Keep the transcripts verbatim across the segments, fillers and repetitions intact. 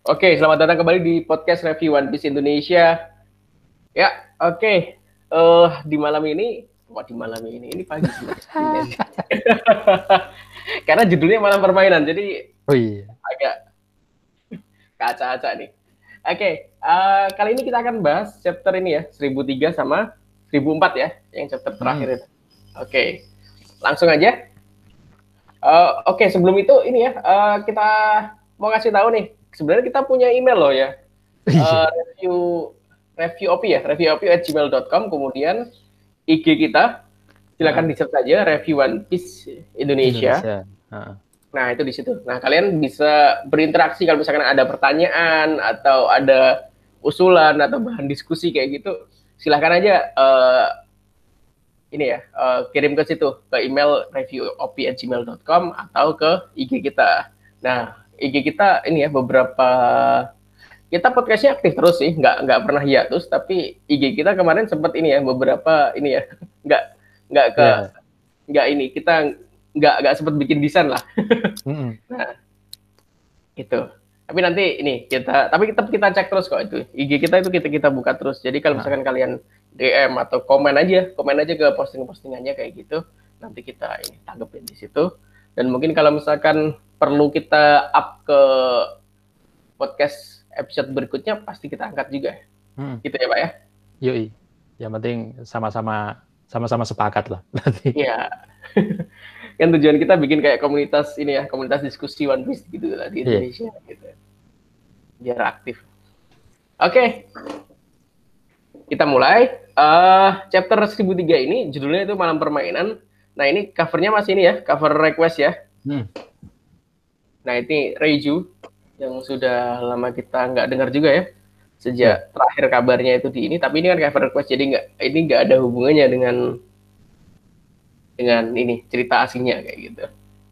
Oke, selamat datang kembali di podcast review One Piece Indonesia. Ya, oke. Eh di malam ini, wah di malam ini, ini pagi sih. Karena judulnya malam permainan, jadi Oh iya. agak kaca-kaca nih. Oke, eh, kali ini kita akan bahas chapter ini ya, seribu tiga sama seribu empat ya, yang chapter terakhir Hmm. itu. Oke, langsung aja. Eh, oke, sebelum itu ini ya, eh, kita mau ngasih tahu nih, sebenarnya kita punya email loh ya. Uh, Iya. review review O P ya, review O P at gmail dot com, kemudian I G kita silakan Heeh. di search saja review One Piece Indonesia. Indonesia. Heeh. Nah, itu di situ. Nah, kalian bisa berinteraksi kalau misalkan ada pertanyaan atau ada usulan atau bahan diskusi kayak gitu, silahkan aja uh, ini ya, uh, kirim ke situ ke email review O P at gmail dot com atau ke I G kita. Nah, I G kita ini ya beberapa kita podcastnya aktif terus sih, nggak nggak pernah hiatus, tapi I G kita kemarin sempat ini ya beberapa ini ya nggak nggak ke Ya. nggak ini kita nggak nggak sempat bikin desain lah. Mm-mm. Nah itu tapi nanti ini kita tapi tetap kita cek terus kok itu I G kita itu kita kita buka terus, jadi kalau Heeh. misalkan kalian D M atau komen aja komen aja ke posting-postingannya kayak gitu, nanti kita ini tanggepin di situ. Dan mungkin kalau misalkan perlu kita up ke podcast episode berikutnya pasti kita angkat juga. Mm-mm. Gitu ya Pak ya. Yoi. Yang penting sama-sama sama-sama sepakat lah berarti. Iya. Kan tujuan kita bikin kayak komunitas ini ya, komunitas diskusi One Piece gitu lah di Iya. Indonesia gitu. Biar aktif. Oke. Kita mulai. Uh, chapter seribu tiga ini judulnya itu Malam Permainan. Nah, ini covernya masih ini ya, cover request ya. Hmm. Nah, ini Reiju yang sudah lama kita nggak dengar juga ya. Sejak Ya. terakhir kabarnya itu di ini, tapi ini kan cover request, jadi nggak ini nggak ada hubungannya dengan dengan ini cerita aslinya kayak gitu.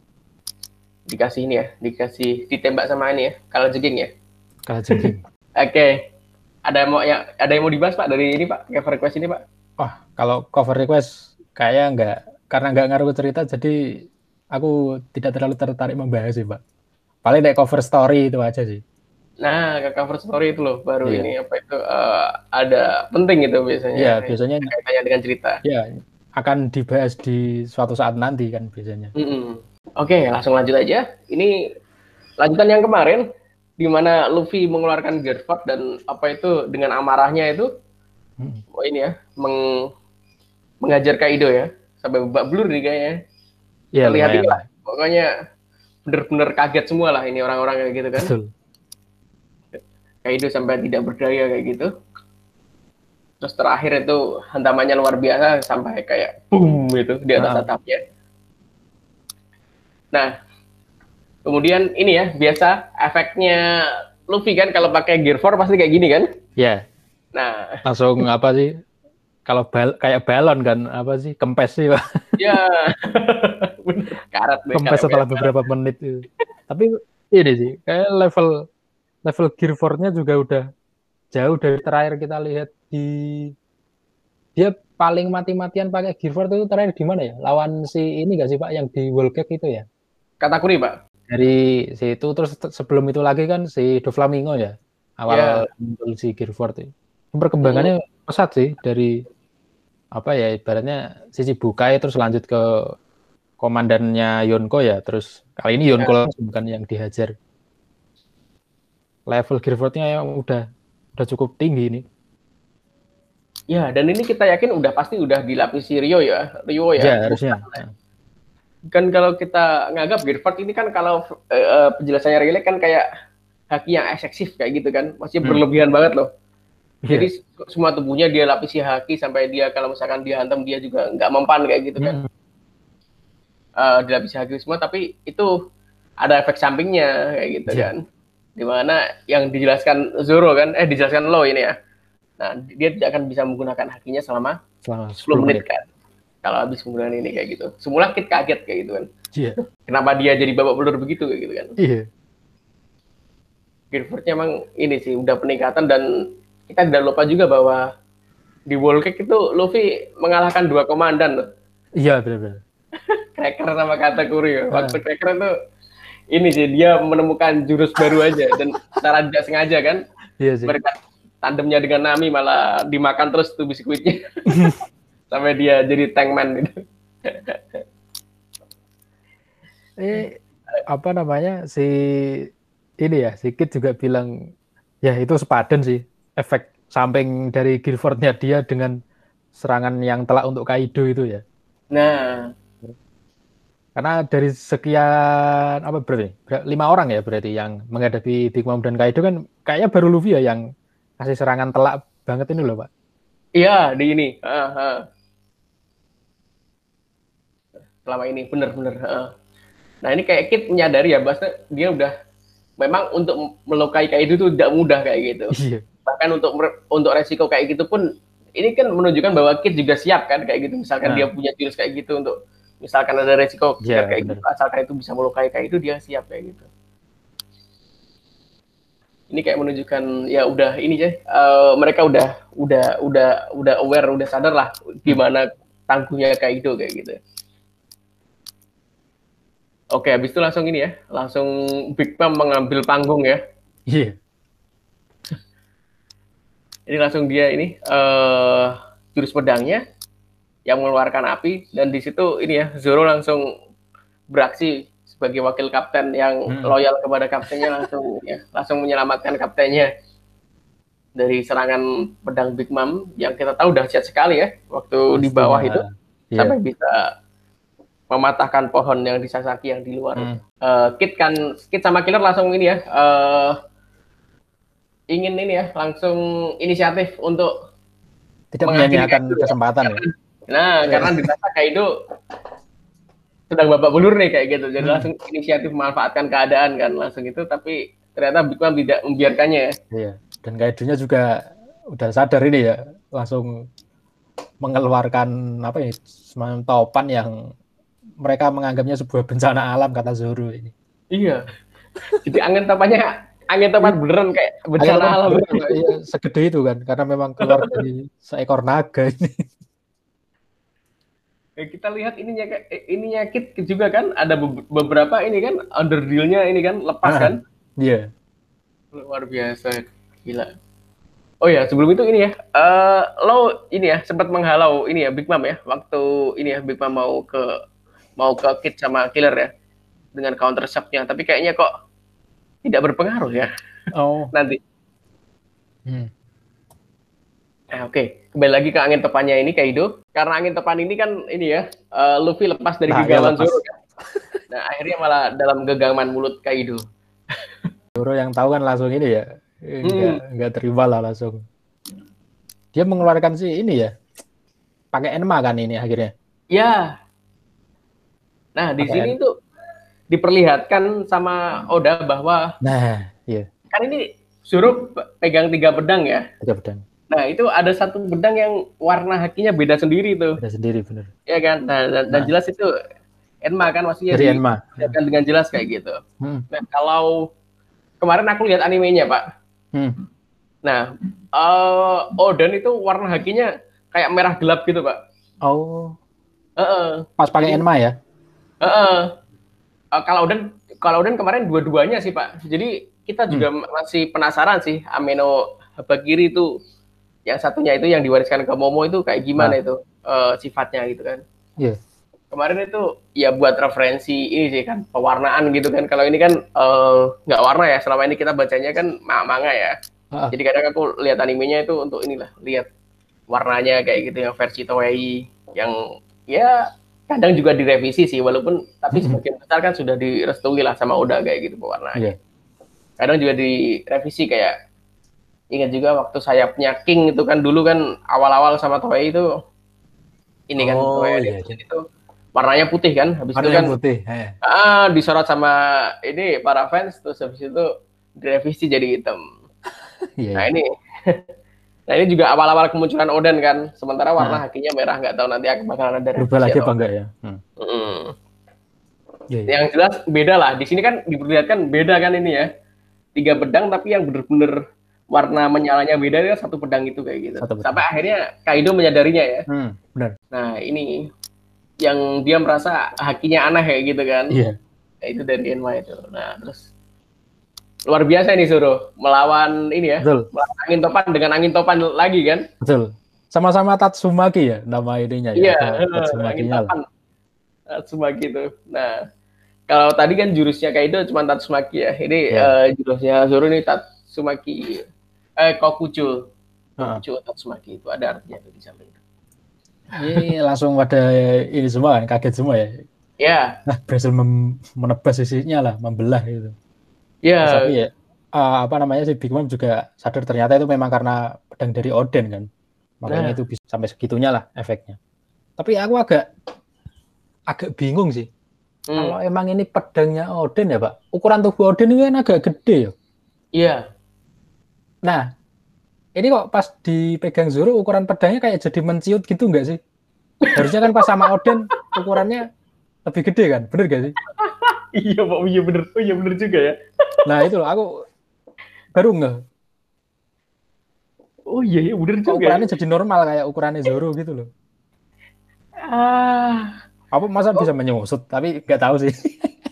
Dikasih ini ya, dikasih ditembak sama ini ya, kalau jeging ya. Kalau jengking. Oke, okay. ada mau yang ada yang mau dibahas Pak dari ini Pak, cover request ini Pak? Wah, kalau cover request kayaknya nggak, karena nggak ngaruh cerita, jadi aku tidak terlalu tertarik membahas sih Pak. Paling kayak cover story itu aja sih. Nah, ke cover story itu loh baru Iya. ini apa itu uh, ada penting itu biasanya. Iya, biasanya Kaitannya dengan cerita. ya akan dibahas di suatu saat nanti kan biasanya. Mm-mm. Oke, okay, langsung lanjut aja. Ini lanjutan yang kemarin di mana Luffy mengeluarkan Gearford dan apa itu dengan amarahnya itu Hmm. oh ini ya meng, mengajar Kaido ya sampai babak belur nih kayaknya. Iya, Terlihat lumayan ini lah. lah. Pokoknya bener-bener kaget semua lah ini orang-orang kayak gitu kan. Betul. Kaido sampai tidak berdaya kayak gitu. Terus terakhir itu hantamannya luar biasa sampai kayak boom gitu di atas Nah. atapnya. Nah, kemudian ini ya biasa efeknya Luffy kan kalau pakai Gear four pasti kayak gini kan? Ya. Nah, langsung apa sih? Kalau bal kayak balon kan apa sih? Kempes sih, Pak. ya. Karat deh, Kempes karat setelah karat. beberapa menit itu. Tapi ini sih, kayak level level Gear four-nya juga udah jauh dari terakhir kita lihat di dia paling mati-matian pakai Gear four itu terakhir di mana ya? Lawan si ini nggak sih Pak yang di World Cake itu ya? Katakuri, Pak. Dari si itu terus sebelum itu lagi kan si Doflamingo ya. Awal Ya. muncul si Gear four itu. Perkembangannya mm-hmm. pesat sih dari apa ya ibaratnya sisi Bukai terus lanjut ke komandannya Yonko ya, terus kali ini Yonko ya. Bukan yang dihajar. Level Gear four-nya yang udah udah cukup tinggi ini. Ya, dan ini kita yakin udah pasti udah dilapisi Rio ya, Rio ya. Ya harusnya. Kan kalau kita nganggap Gear four ini kan kalau uh, penjelasannya relate kan kayak haki yang eksesif kayak gitu kan, masih hmm. berlebihan banget loh. Jadi yeah. semua tubuhnya dia lapisi haki sampai dia kalau misalkan dia hantam dia juga nggak mempan kayak gitu kan. Hmm. Uh, dilapisi haki semua, tapi itu ada efek sampingnya kayak gitu yeah. kan. Dimana yang dijelaskan Zoro kan, eh dijelaskan Lo ini ya. Nah dia tidak akan bisa menggunakan hakinya selama, selama sepuluh menit kan. Kalau habis penggunaan ini kayak gitu. Semula Kid kaget kayak gitu kan. Iya. Yeah. Kenapa dia jadi babak belur begitu kayak gitu kan. Iya. Yeah. Gear four-nya emang ini sih udah peningkatan, dan kita tidak lupa juga bahwa di World Cake itu Luffy mengalahkan dua komandan loh. Iya, benar-benar. Cracker sama Katakuri. Uh. Waktu Cracker itu ini sih dia menemukan jurus baru aja dan secara tidak sengaja kan. Iya sih. Mereka tandemnya dengan Nami malah dimakan terus tuh biskuitnya. Sampai dia jadi tankman gitu. Eh apa namanya si ini ya, si Kid juga bilang ya itu sepadan sih efek samping dari Guilford-nya dia dengan serangan yang telak untuk Kaido itu ya. Nah, karena dari sekian apa berarti lima orang ya berarti yang menghadapi Big Mom dan Kaido kan kayaknya baru Luffy ya yang kasih serangan telak banget ini loh Pak. iya di ini. Uh, uh. Selama ini bener-bener. Uh. Nah ini kayak Kid menyadari ya, bahwa dia udah memang untuk melukai Kaido itu tidak mudah kayak gitu. Iya. Bahkan untuk untuk resiko kayak gitu pun ini kan menunjukkan bahwa Kid juga siap kan kayak gitu. Misalkan nah. dia punya jurus kayak gitu untuk misalkan ada resiko yeah, kayak bener. gitu, asalkan itu bisa melukai kayak itu dia siap kayak gitu. Ini kayak menunjukkan ya udah ini aja uh, mereka udah udah udah udah aware, udah sadar lah gimana tangguhnya Kaido kayak gitu. Oke, habis itu langsung ini ya, langsung Big Mom mengambil panggung ya. Iya. Yeah. Ini langsung dia ini uh, jurus pedangnya yang mengeluarkan api dan di situ ini ya Zoro langsung beraksi sebagai wakil kapten yang hmm. loyal kepada kaptennya langsung ya langsung menyelamatkan kaptennya dari serangan pedang Big Mom yang kita tahu dahsyat sekali ya waktu Pastinya. di bawah itu yeah. sampai bisa mematahkan pohon yang di Sasaki yang di luar. Hmm. Uh, Kid kan Kid sama Killer langsung ini ya uh, ingin ini ya langsung inisiatif untuk tidak menyanyiakan kesempatan ya. Nah, yeah. karena dirasa Kaido sedang babak belur nih kayak gitu. Jadi hmm. langsung inisiatif memanfaatkan keadaan kan langsung itu, tapi ternyata Big Mom tidak membiarkannya ya. Iya. Dan Kaido-nya juga udah sadar ini ya, langsung mengeluarkan apa ya, semacam topan yang mereka menganggapnya sebuah bencana alam kata Zoro ini. Iya. Jadi angin topannya angin topan beneran kayak bencana alam. Beneran, ya, segede itu kan, karena memang keluar dari seekor naga ini. Kita lihat ininya ininya Kid juga kan ada beberapa ini kan underdeal-nya ini kan lepas kan? Iya. Yeah. Luar biasa, gila. Oh ya sebelum itu ini ya, uh, lo ini ya sempat menghalau ini ya Big Mom ya waktu ini ya Big Mom mau ke mau ke Kid sama Killer ya dengan counter shock-nya, tapi kayaknya kok tidak berpengaruh ya. Oh. Nanti. Hmm. Eh, Oke, okay. Kembali lagi ke angin topannya ini Kaido. Karena angin topan ini kan ini ya, uh, Luffy lepas dari nah, genggaman Zoro kan. Nah akhirnya malah dalam genggaman mulut Kaido. Zoro yang tahu kan langsung ini ya, nggak hmm. nggak terima lah langsung. Dia mengeluarkan sih ini ya, pakai Enma kan ini akhirnya. Ya. Nah di pake sini tuh diperlihatkan sama Oda bahwa. Nah, iya. Kan ini Zoro pegang tiga pedang ya. Tiga pedang. Nah, itu ada satu pedang yang warna hakinya beda sendiri tuh. Beda sendiri, benar. Iya kan? Nah, dan, nah. dan jelas itu Enma kan maksudnya dari Enma. Kan dengan jelas kayak gitu. Hmm. Nah, kalau kemarin aku lihat animenya, Pak. Hmm. Nah, uh, Oden itu warna hakinya kayak merah gelap gitu, Pak. Oh. Uh-uh. Pas pakai Enma ya? Uh-uh. Uh, kalau Oden kalau Oden kemarin dua-duanya sih, Pak. Jadi kita juga hmm. masih penasaran sih Ameno Habakiri itu yang satunya itu yang diwariskan ke Momo itu kayak gimana nah. itu uh, sifatnya gitu kan. Iya. Yeah. Kemarin itu ya buat referensi ini sih kan pewarnaan gitu kan. Kalau ini kan nggak uh, warna ya. Selama ini kita bacanya kan manga ya. Uh-uh. Jadi kadang aku lihat animenya itu untuk inilah lihat warnanya kayak gitu yang versi Toei yang ya kadang juga direvisi sih walaupun tapi sebagian besar kan sudah direstui lah sama Oda kayak gitu pewarnaannya. Yeah. Kadang juga direvisi kayak ingat juga waktu sayapnya King itu kan dulu kan awal-awal sama Toei itu ini kan oh, Toei iya. itu warnanya putih kan habis warna itu kan putih. Ah, disorot sama ini para fans terus habis itu direvisi jadi hitam. yeah. Nah ini nah ini juga awal-awal kemunculan Oden kan sementara warna nah. hakinya merah nggak tahu nanti bakalan ada berubah lagi apa enggak ya. Hmm. Hmm. Yeah, yeah. Yang jelas beda lah di sini kan diperlihatkan beda kan ini ya tiga pedang tapi yang bener-bener warna menyalanya beda ya satu pedang itu kayak gitu. Sampai akhirnya Kaido menyadarinya ya. Hmm, benar. Nah ini yang dia merasa hakinya aneh kayak gitu kan. Iya. Ya, itu dari Enma itu. Nah, terus luar biasa nih Zoro melawan ini ya, Betul. melawan angin topan dengan angin topan lagi kan? Betul. Sama-sama Tatsumaki ya nama ininya ya. Iya, Ada angin Tatsumakinya lah. topan Tatsumaki itu. Nah, kalau tadi kan jurusnya Kaido cuma Tatsumaki ya. Ini Ya. uh, jurusnya Zoro ini Tatsumaki eh Kokucho. Uh-huh. Kokucho Tatsumaki itu ada artinya tuh di samping itu. Ini langsung pada ini semua kan, kaget semua ya. Ya. Nah, berhasil mem- menebas sisinya lah, membelah gitu. Ya. Terus, tapi ya uh, apa namanya si Big Mom juga sadar ternyata itu memang karena pedang dari Oden kan. Makanya Nah. itu bisa sampai segitunya lah efeknya. Tapi aku agak agak bingung sih. Hmm. Kalau emang ini pedangnya Oden ya Pak, ukuran tubuh Oden ini kan agak gede ya. Iya. Nah, ini kok pas dipegang Zoro ukuran pedangnya kayak jadi menciut gitu nggak sih? Harusnya kan pas sama Oden ukurannya lebih gede kan, bener gak sih? Iya Pak, iya bener, oh iya bener juga ya. Nah itu loh, aku baru nggak. Oh iya, iya bener kok juga. Ukurannya ya? Jadi normal kayak ukurannya Zoro gitu loh. Ah. Apa masa oh. bisa menyusut? Tapi nggak tahu sih.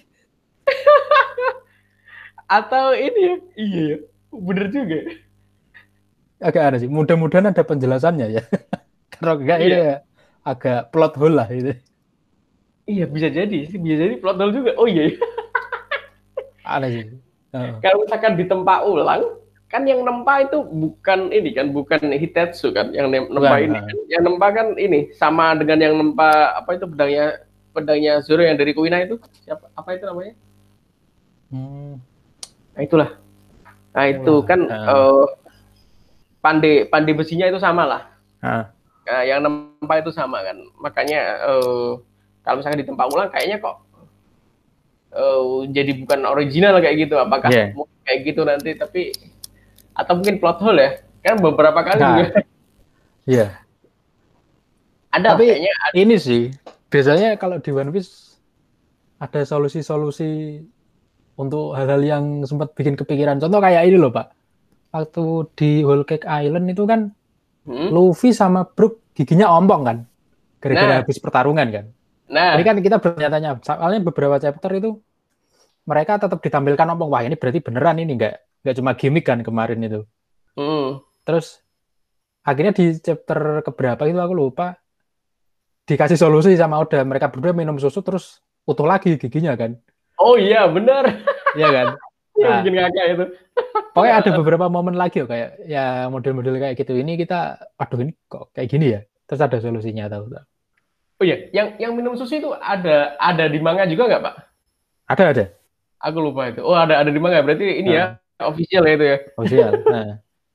Atau ini ya, iya ya, bener juga. Agak ada sih. Mudah-mudahan ada penjelasannya ya. Kalau enggak iya. Ini ya agak plot hole lah itu. Iya bisa jadi sih, bisa jadi plot hole juga. Oh iya. Aneh sih. Uh. Kalau misalkan ditempa ulang, kan yang nempa itu bukan ini kan, bukan Hitetsu kan, yang nempa bukan, ini, uh. kan. Yang nempa kan ini sama dengan yang nempa apa itu pedangnya pedangnya Zoro yang dari Kuina itu siapa? Apa itu namanya? Hmm. Nah itulah. Nah itu Wah, kan uh. Uh, pandai pandai besinya itu sama lah. Uh. Nah, yang nempa itu sama kan. Makanya uh, kalau misalkan ditempa ulang kayaknya kok uh, jadi bukan original kayak gitu. Apakah yeah. kayak gitu nanti tapi atau mungkin plot hole ya? Kan beberapa kali nah. juga. Iya. Yeah. Ada tapi kayaknya ada. Ini sih biasanya kalau di One Piece ada solusi-solusi untuk hal-hal yang sempat bikin kepikiran. Contoh kayak ini loh Pak. Waktu di Whole Cake Island itu kan hmm? Luffy sama Brook giginya ompong kan. Gara-gara nah. habis pertarungan kan. Nah. Ini kan kita bertanya-tanya. Soalnya beberapa chapter itu mereka tetap ditampilkan ompong. Wah ini berarti beneran ini nggak nggak cuma gimmick kan kemarin itu. Hmm. Terus akhirnya di chapter keberapa itu aku lupa. Dikasih solusi sama Oda. Mereka berdua minum susu terus utuh lagi giginya kan. Oh iya benar. Iya kan. Nah, bikin ngakak itu. Pokoknya ada beberapa momen lagi kayak ya model-model kayak gitu. Ini kita, aduh ini kok kayak gini ya. Terus ada solusinya tahu tak? Oh iya, yang yang minum susu itu ada ada di manga juga nggak Pak? Ada ada. Aku lupa itu. Oh ada ada di manga. Berarti ini nah. ya official ya itu ya. Official. Nah.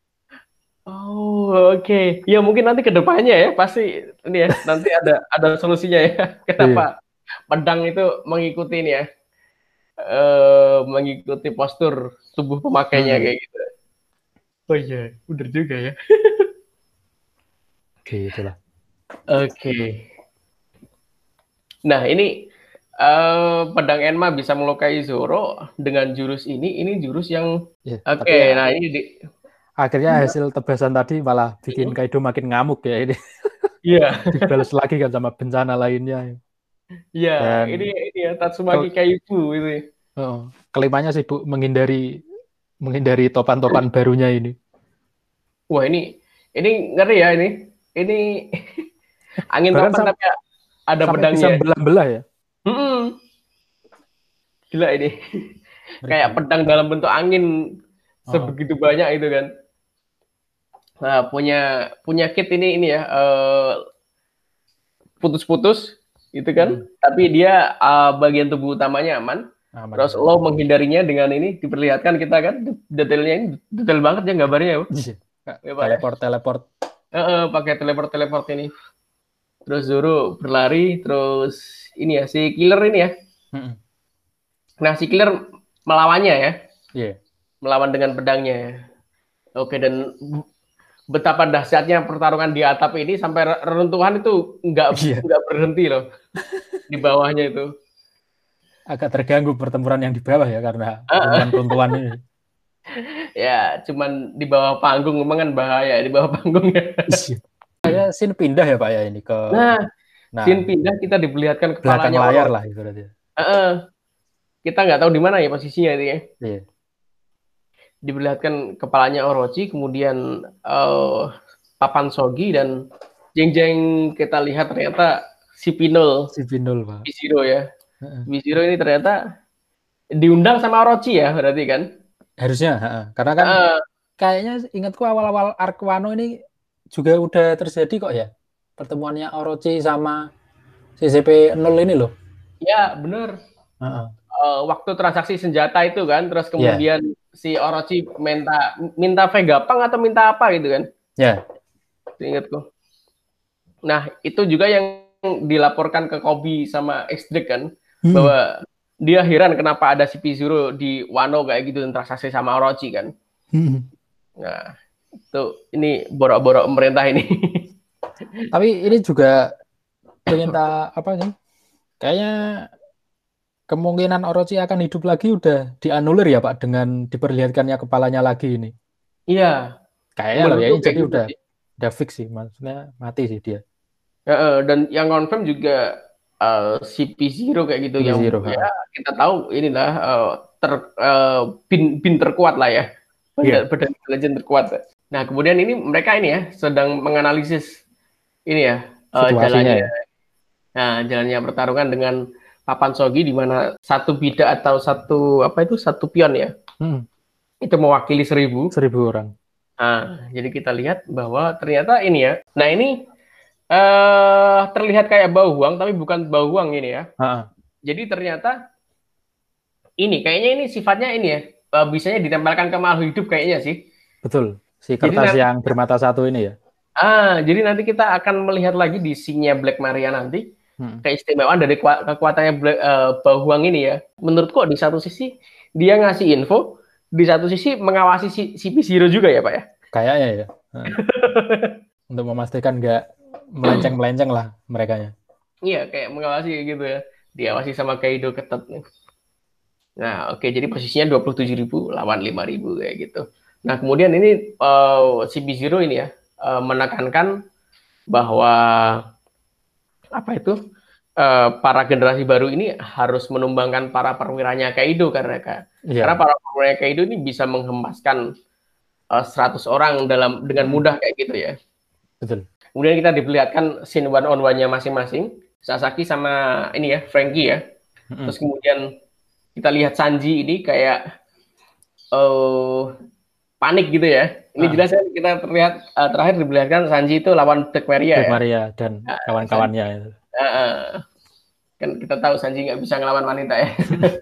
Oh oke. Okay. Ya mungkin nanti kedepannya ya pasti ini ya nanti ada ada solusinya ya. Kenapa iya. pedang itu mengikuti ini ya. Uh, mengikuti postur tubuh pemakainya hmm. kayak gitu. Oh iya, bener juga ya. Oke, itulah. Oke. Okay. Nah, ini uh, pedang Enma bisa melukai Zoro dengan jurus ini. Ini jurus yang yeah, oke. Okay, ya, nah ini di... akhirnya hasil tebasan tadi malah bikin Kaido makin ngamuk ya ini. Iya. Yeah. Dibalas lagi kan sama bencana lainnya. Iya, yeah, ini ini ya Tatsumaki Kaibu itu. Oh, kelimanya sih Bu menghindari menghindari topan-topan barunya ini. Wah ini ini ngeri ya ini. Ini angin bahkan topan tapi ada pedangnya. Bisa belah-belah ya. Mm-mm. Gila ini. Kayak pedang dalam bentuk angin sebegitu oh. banyak itu kan. Nah punya punya kit ini ini ya uh, putus-putus itu kan. Hmm. Tapi dia uh, bagian tubuh utamanya aman. Nah, terus lo menghindarinya dengan ini diperlihatkan kita kan detailnya ini detail banget ya gambarnya ya. ya teleport teleport. Uh, uh, pakai teleport teleport ini. Terus Zoro berlari terus ini ya si killer ini ya. Hmm. Nah si killer melawannya ya. Yeah. Melawan dengan pedangnya. Oke dan betapa dahsyatnya pertarungan di atap ini sampai reruntuhan itu nggak yeah. nggak berhenti loh di bawahnya itu. Agak terganggu pertempuran yang di bawah ya karena runtuhan-runtuhan ini. Ya, cuman di bawah panggung memang kan bahaya di bawah panggung ya. Saya scene pindah ya Pak ya ini ke Nah, nah scene pindah kita diperlihatkan kepalanya belakang layar lah itu berarti. Uh-uh. kita nggak tahu di mana ya posisinya itu ya. Iya. Diperlihatkan kepalanya Orochi, kemudian uh, papan Sogi, dan jeng-jeng kita lihat ternyata si Pinol, Si Pinol, Pak. B-Zero ya. Heeh. B-Zero ini ternyata diundang sama Orochi ya, berarti kan? Harusnya, heeh. Karena kan Uh, kayaknya ingatku awal-awal arc Wano ini juga udah terjadi kok ya. Pertemuannya Orochi sama C C P nol ini loh. ya bener. Heeh. Uh, waktu transaksi senjata itu kan, terus Ya, kemudian si Orochi minta minta Vegapunk atau minta apa gitu kan? ya. Ingatku. Nah, itu juga yang dilaporkan ke Kobe sama X-Drake kan, Hmm. bahwa dia heran kenapa ada si P-Zero di Wano kayak gitu dan transaksi sama Orochi kan. Hmm. Nah, itu ini borok-borok pemerintah ini. Tapi ini juga pengen tak apa sih? Kayaknya kemungkinan Orochi akan hidup lagi udah dianulir ya Pak dengan diperlihatkannya kepalanya lagi ini. Iya, Kayaknya loh ya menurutku ini kayak jadi gitu udah sih. udah fix sih maksudnya mati sih dia. Ya, eh, dan yang confirm juga uh, si P-Zero kayak gitu, yang Zero, ya kita tahu inilah uh, ter uh, bin, bin terkuat lah ya. Iya. Badan intelijen terkuat. Nah, kemudian ini mereka ini ya sedang menganalisis ini ya uh, Situasinya jalannya ya. nah jalannya pertarungan dengan papan Sogi, di mana satu bidak atau satu apa itu satu pion ya, Hmm. itu mewakili seribu. Seribu orang. Nah, jadi kita lihat bahwa ternyata ini ya. Nah, ini eh terlihat kayak bauhuang tapi bukan bauhuang ini ya. Ha-ha. Jadi ternyata ini kayaknya ini sifatnya ini ya, eh, bisanya ditempelkan ke makhluk hidup kayaknya sih. Betul. Si Jadi kertas nanti yang bermata satu ini ya. ah, jadi nanti kita akan melihat lagi di scene-nya Black Maria nanti Hmm. keistimewaan dari kekuatannya Black, uh, Bauhuang ini ya. Menurutku di satu sisi dia ngasih info, di satu sisi mengawasi si, si P-Zero juga ya Pak ya. Kayaknya ya. Heeh. Untuk memastikan nggak melenceng-melenceng lah merekanya. Iya, kayak mengawasi gitu ya. Diawasi sama Kaido ketat nih. Nah, oke, jadi posisinya dua puluh tujuh ribu lawan lima ribu kayak gitu. Nah, kemudian ini uh, si P-Zero ini ya uh, menekankan bahwa apa itu uh, para generasi baru ini harus menumbangkan para perwiranya Kaido, karena Iya. karena para perwira Kaido ini bisa menghempaskan uh, seratus orang dalam dengan mudah kayak gitu ya. Betul. Kemudian kita diperlihatkan scene one on one-nya masing-masing, Sasaki sama ini ya Frankie ya. Mm-mm. Terus kemudian kita lihat Sanji ini kayak uh, panik gitu ya. Ini Ah. jelas ya, kita terlihat uh, terakhir diperlihatkan Sanji itu lawan Black Maria Black ya. Maria dan Nah, kawan-kawannya. Uh, uh, kan kita tahu Sanji nggak bisa ngelawan wanita ya.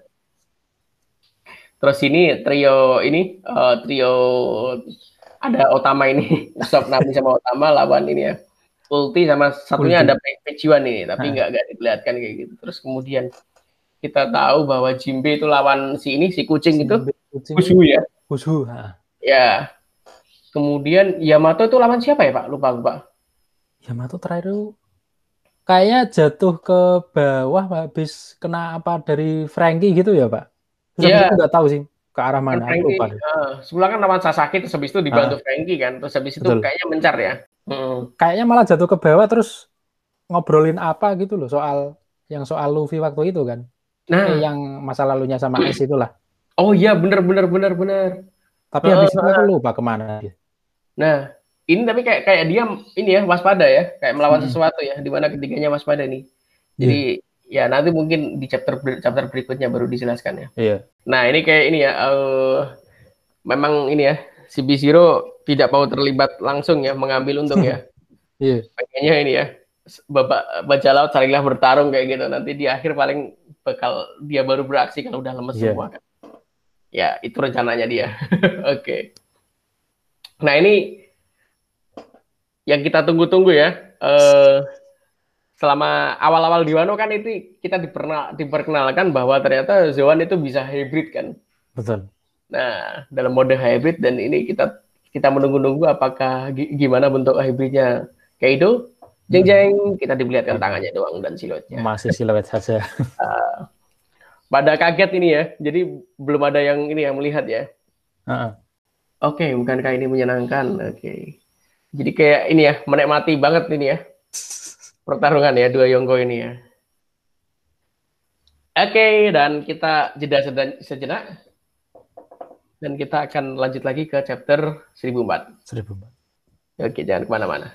Terus ini trio ini uh, trio ada Otama ini, Usopp, Nami sama Otama lawan ini ya. Ulti sama satunya Ulti. ada Pejuan ini, tapi Ah. nggak nggak diperlihatkan kayak gitu. Terus kemudian kita tahu bahwa Jinbe itu lawan si ini si kucing Si itu, kucing Kusu ya. Kusu. Ah. Ya. Kemudian Yamato itu lawan siapa ya Pak? Lupa lupa. Yamato terakhir itu kayaknya jatuh ke bawah habis kena apa dari Frankie gitu ya Pak. Terus habis Iya. itu nggak tahu sih ke arah Kan mana. Aku Frankie, lupa deh. uh, sebelah kan lawan Sasaki, terus habis itu dibantu Ah. Frankie kan. Terus habis itu Betul. kayaknya mencar ya. Hmm. Kayaknya malah jatuh ke bawah terus ngobrolin apa gitu loh soal yang soal Luffy waktu itu kan. Nah, Eh, yang masa lalunya sama S itulah. oh iya benar benar benar benar. Tapi Uh, habis itu aku uh. lupa kemana dia. Nah, ini tapi kayak kayak dia ini ya waspada ya, kayak melawan Hmm. sesuatu ya, di mana ketiganya waspada nih. Jadi yeah. ya nanti mungkin di chapter chapter berikutnya baru dijelaskan ya. Iya. Nah, ini kayak ini ya, uh, memang ini ya, si B-Zero tidak mau terlibat langsung ya, mengambil untung ya. Iya. Pengennya ini ya, babak baja laut salinglah bertarung kayak gitu. Nanti di akhir paling bakal dia baru beraksi kalau udah lemes Yeah. semua kan. Ya, itu rencananya dia. Oke. Okay. Nah, ini yang kita tunggu-tunggu ya. Uh, selama awal-awal di Wano kan itu kita diperkenal, diperkenalkan bahwa ternyata Zoan itu bisa hybrid kan. Betul. Nah, dalam mode hybrid, dan ini kita kita menunggu-nunggu apakah gimana bentuk hybridnya Kaido. Jeng-jeng, kita diperlihatkan tangannya doang dan siluetnya. Masih siluet saja. uh, pada kaget ini ya, jadi belum ada yang ini yang melihat ya. Uh-uh. Oke, okay, bukankah ini menyenangkan? Oke. Okay. Jadi kayak ini ya, menikmati banget ini ya. Pertarungan ya, dua Yonko ini ya. Oke, dan kita jeda sejenak. Dan kita akan lanjut lagi ke chapter seribu empat. seribu empat. Oke, jangan kemana-mana.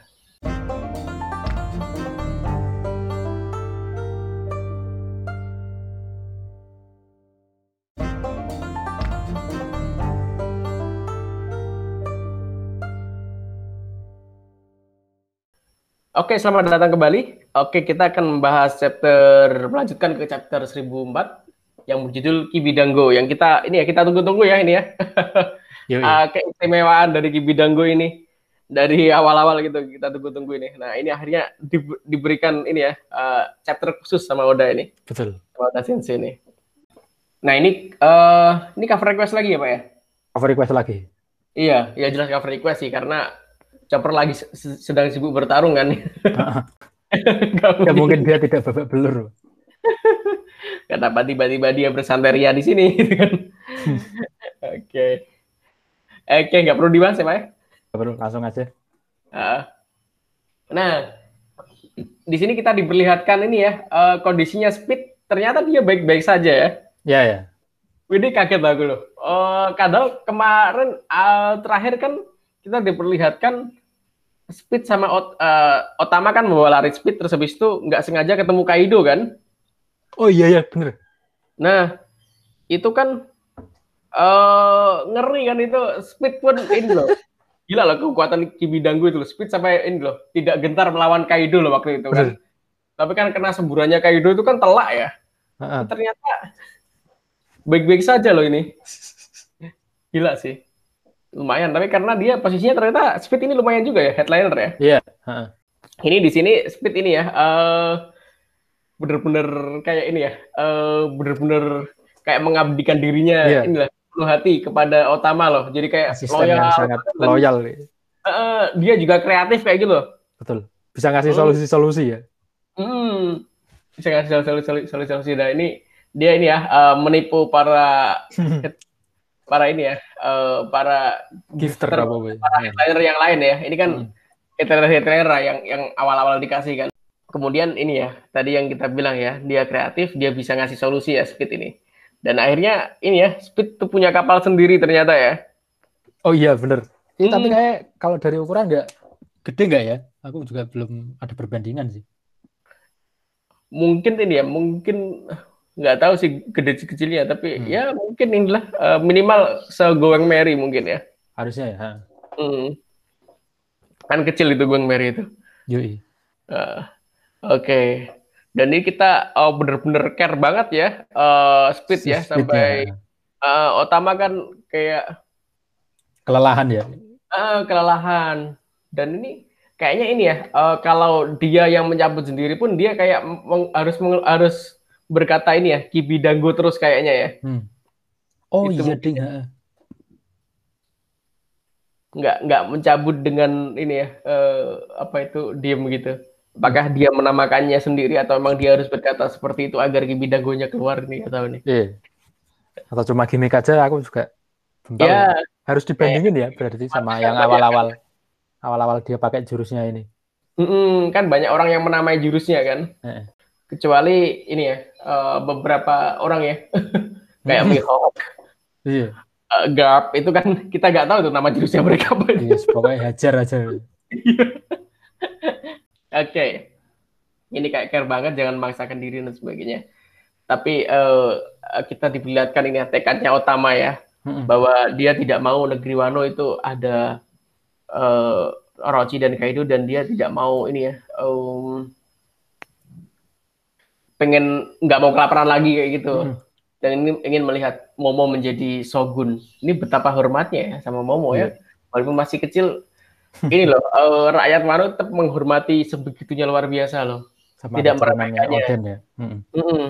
Oke, selamat datang kembali. Oke, kita akan membahas chapter, melanjutkan ke chapter seribu empat yang berjudul Kibidango. Yang kita, ini ya, kita tunggu-tunggu ya ini ya. uh, keistimewaan dari Kibidango ini. Dari awal-awal gitu, kita tunggu-tunggu ini. Nah, ini akhirnya di, diberikan ini ya, uh, chapter khusus sama Oda ini. Betul. Sama Oda Sensei ini. Nah, ini uh, ini cover request lagi ya, Pak ya? Cover request lagi? Iya, ya jelas cover request sih, karena Chopper lagi sedang sibuk bertarung kan. Gak mungkin dia tidak babak belur. Kenapa tiba-tiba dia bersanteria di sini gitu kan. Oke. Oke, nggak perlu dibahas ya, Pak? Nggak perlu, langsung aja. Nah, di sini kita diperlihatkan ini ya, uh, kondisinya Speed, ternyata dia baik-baik saja ya. Iya, ya. Ini kaget aku loh. Uh, kadang kemarin uh, terakhir kan kita diperlihatkan Speed sama Ot, uh, Otama kan membawa lari Speed, terus habis itu nggak sengaja ketemu Kaido kan? Oh iya ya bener. Nah itu kan uh, ngeri kan itu. Speed pun ini loh, gila loh kekuatan Kibidango itu loh. Speed sampai ini loh tidak gentar melawan Kaido loh waktu itu kan. Bener. Tapi kan kena semburannya Kaido itu kan telak ya. Uh-uh. Ternyata baik-baik saja loh ini. Gila sih. Lumayan, tapi karena dia posisinya ternyata Speed ini lumayan juga ya, headliner ya. Iya. Yeah. Uh-uh. Ini di sini Speed ini ya, uh, bener-bener kayak ini ya, uh, bener-bener kayak mengabdikan dirinya yeah. inilah penuh hati kepada Otama loh. Jadi kayak asisten loyal, yang sangat dan, loyal. Uh, dia juga kreatif kayak gitu loh. Betul. Bisa ngasih solusi-solusi ya. Hmm. Bisa ngasih solusi-solusi. Nah ini dia ini ya uh, menipu para para ini ya, uh, para gifter, para headliner yang lain ya. Ini kan hmm. headliner-headliner yang yang awal-awal dikasih kan. Kemudian ini ya, tadi yang kita bilang ya, dia kreatif, dia bisa ngasih solusi ya Speed ini. Dan akhirnya ini ya, Speed tuh punya kapal sendiri ternyata ya. Oh iya bener. Hmm. Tapi kayak kalau dari ukuran nggak gede nggak ya? Aku juga belum ada perbandingan sih. Mungkin ini ya, mungkin nggak tahu sih gede kecilnya, tapi hmm. ya mungkin inilah uh, minimal se-Going Merry mungkin ya. Harusnya ya. Hmm. Kan kecil itu Going Merry itu. Yoi. Uh, Oke. Okay. Dan ini kita oh, bener-bener care banget ya uh, Speed si ya Speed sampai ya. Uh, Otama kan kayak kelelahan ya. Uh, kelelahan. Dan ini kayaknya ini ya uh, kalau dia yang mencabut sendiri pun dia kayak meng, harus meng, harus berkata ini ya, Kibidango terus kayaknya ya. Hmm. Oh itu iya ding. Nggak nggak mencabut dengan ini ya, uh, apa itu diem gitu. Apakah dia menamakannya sendiri atau memang dia harus berkata seperti itu agar Kibidango-nya keluar nih atau nih? Iya. Atau cuma gimmick aja aku juga belum ya. Harus dibandingin ya berarti sama yang awal-awal awal-awal dia pakai jurusnya ini. Mm-mm, kan banyak orang yang menamai jurusnya kan. Eh. Kecuali ini ya, uh, beberapa orang ya, kayak Mihawk, iya. uh, Garp, itu kan kita nggak tahu tuh nama jurusnya mereka apa. Iya, yes, pokoknya hajar aja. Oke, okay. Ini kayak care banget, jangan memaksakan diri dan sebagainya. Tapi uh, kita diperlihatkan ini tekadnya Otama ya, mm-hmm. bahwa dia tidak mau negeri Wano itu ada uh, Orochi dan Kaido, dan dia tidak mau ini ya. Um, pengen nggak mau kelaparan lagi kayak gitu. Hmm. Dan ini ingin melihat Momo menjadi shogun. Ini betapa hormatnya ya sama Momo yeah. ya. Walaupun masih kecil, ini loh uh, rakyat Wano tetap menghormati sebegitunya luar biasa loh. Sama tidak meremehkannya. Oden ya. Hmm. Mm-mm.